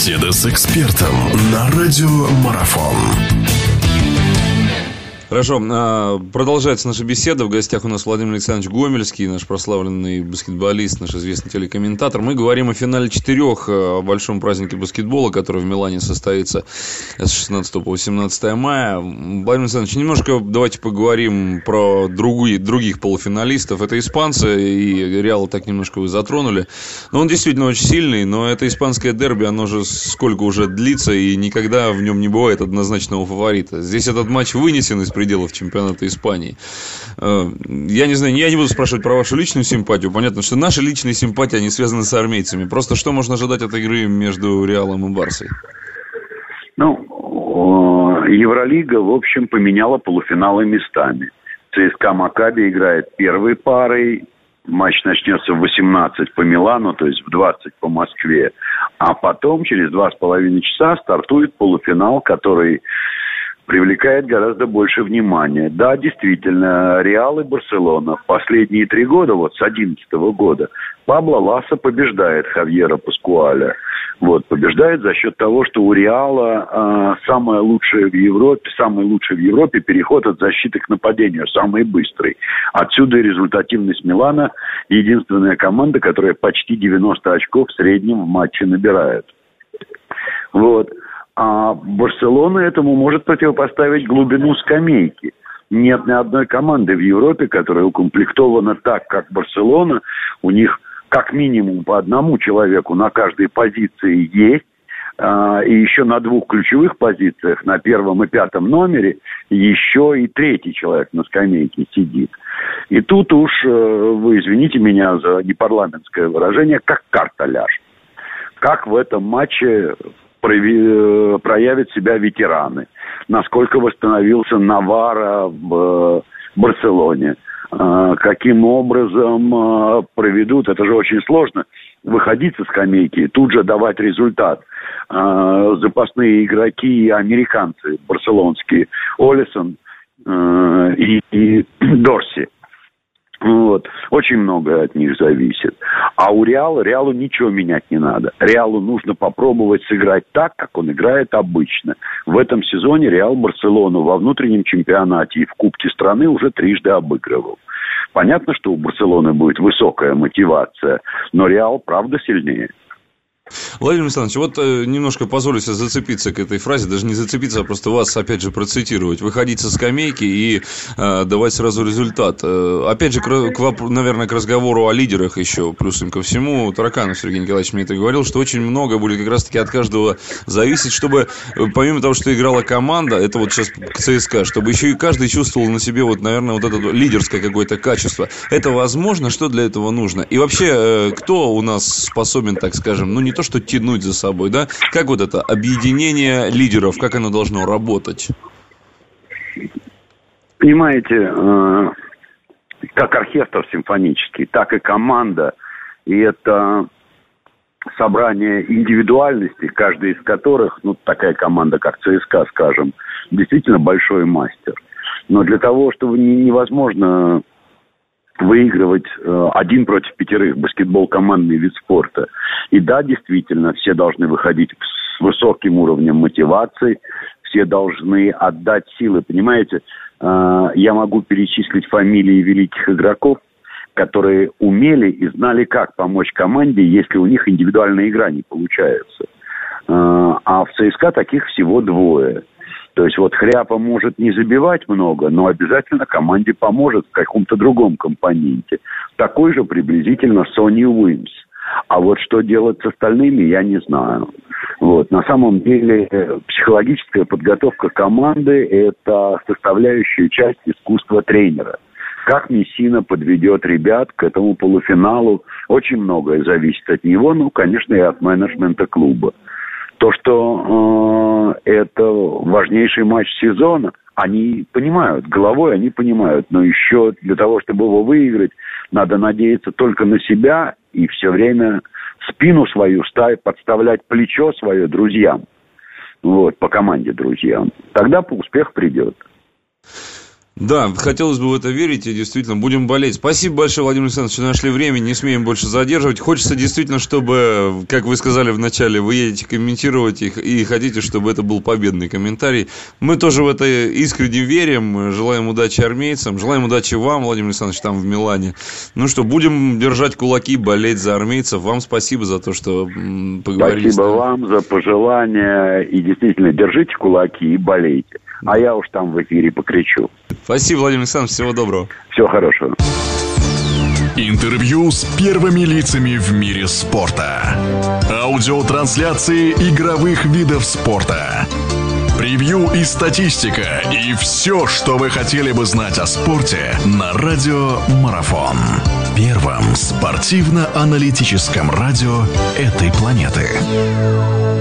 Беседа с экспертом на радио Марафон. Хорошо, продолжается наша беседа. В гостях у нас Владимир Александрович Гомельский, наш прославленный баскетболист, наш известный телекомментатор. Мы говорим о финале 4, о большом празднике баскетбола, который в Милане состоится с 16 по 18 мая. Владимир Александрович, немножко давайте поговорим про других полуфиналистов. Это испанцы, и Реал так немножко вы затронули. Но он действительно очень сильный, но это испанское дерби, оно же сколько уже длится, и никогда в нем не бывает однозначного фаворита. Здесь этот матч вынесен из пределов чемпионата Испании. Я не знаю, я не буду спрашивать про вашу личную симпатию. Понятно, что наши личные симпатии, они связаны с армейцами. Просто что можно ожидать от игры между Реалом и Барсой? Евролига, в общем, поменяла полуфиналы местами. ЦСКА Макаби играет первой парой. Матч начнется в 18 по Милану, то есть в 20 по Москве. А потом, через 2,5 часа, стартует полуфинал, который привлекает гораздо больше внимания. Да, действительно, Реал и Барселона в последние 3 года, вот с 2011 года, Пабло Ласса побеждает Хавьера Паскуаля. Побеждает за счет того, что у Реала самый лучший в Европе переход от защиты к нападению, самый быстрый. Отсюда и результативность Милана, единственная команда, которая почти 90 очков в среднем в матче набирает. А Барселона этому может противопоставить глубину скамейки. Нет ни одной команды в Европе, которая укомплектована так, как Барселона. У них как минимум по одному человеку на каждой позиции есть. И еще на 2 ключевых позициях, на 1 и 5 номере, еще и 3-й человек на скамейке сидит. И тут уж, вы извините меня за непарламентское выражение, как карта ляжет. Как в этом матче проявят себя ветераны, насколько восстановился Навара в Барселоне, каким образом проведут, это же очень сложно, выходить со скамейки и тут же давать результат. Запасные игроки, американцы барселонские, Олисон и Дорси. Очень многое от них зависит. А у Реалу ничего менять не надо. Реалу нужно попробовать сыграть так, как он играет обычно. В этом сезоне Реал Барселону во внутреннем чемпионате и в Кубке страны уже 3 обыгрывал. Понятно, что у Барселоны будет высокая мотивация, но Реал правда сильнее. Владимир Александрович, немножко позволю себе зацепиться к этой фразе, даже не зацепиться, а просто вас опять же процитировать. Выходить со скамейки и давать сразу результат. Опять же, наверное, к разговору о лидерах еще, плюсом ко всему, Тараканов Сергей Николаевич мне это говорил, что очень много будет как раз-таки от каждого зависеть, чтобы помимо того, что играла команда, это сейчас к ЦСКА, чтобы еще и каждый чувствовал на себе, наверное, это лидерское какое-то качество. Это возможно? Что для этого нужно? И вообще, кто у нас способен, так скажем, не то что тянуть за собой, да? Как это объединение лидеров, как оно должно работать? Понимаете, как оркестр симфонический, так и команда. И это собрание индивидуальностей, каждая из которых, такая команда, как ЦСКА, скажем, действительно большой мастер. Но для того, чтобы невозможно выигрывать 1 против 5, баскетбол командный вид спорта. И да, действительно, все должны выходить с высоким уровнем мотивации, все должны отдать силы. Понимаете, я могу перечислить фамилии великих игроков, которые умели и знали, как помочь команде, если у них индивидуальная игра не получается. А в ЦСКА таких всего 2. То есть Хряпа может не забивать много, но обязательно команде поможет в каком-то другом компоненте. Такой же приблизительно Сони Уимс. А что делать с остальными, я не знаю. На самом деле психологическая подготовка команды – это составляющая часть искусства тренера. Как Мессина подведет ребят к этому полуфиналу, очень многое зависит от него, конечно, и от менеджмента клуба. То, что это важнейший матч сезона, они понимают, головой они понимают, но еще для того, чтобы его выиграть, надо надеяться только на себя и все время спину свою подставлять плечо свое друзьям, по команде друзьям. Тогда успех придет. Да, хотелось бы в это верить, и действительно будем болеть. Спасибо большое, Владимир Александрович, что нашли время, не смеем больше задерживать. Хочется действительно, чтобы, как вы сказали в начале, вы едете комментировать их и хотите, чтобы это был победный комментарий. Мы тоже в это искренне верим, желаем удачи армейцам, желаем удачи вам, Владимир Александрович, там в Милане. Ну что, будем держать кулаки, болеть за армейцев. Вам спасибо за то, что поговорили. Спасибо вам за пожелания, и действительно, держите кулаки и болейте. А я уж там в эфире покричу. Спасибо, Владимир Александрович, всего доброго. Всего хорошего. Интервью с первыми лицами в мире спорта. Аудиотрансляции игровых видов спорта. Превью и статистика. И все, что вы хотели бы знать о спорте на Радио Марафон. Первом спортивно-аналитическом радио этой планеты.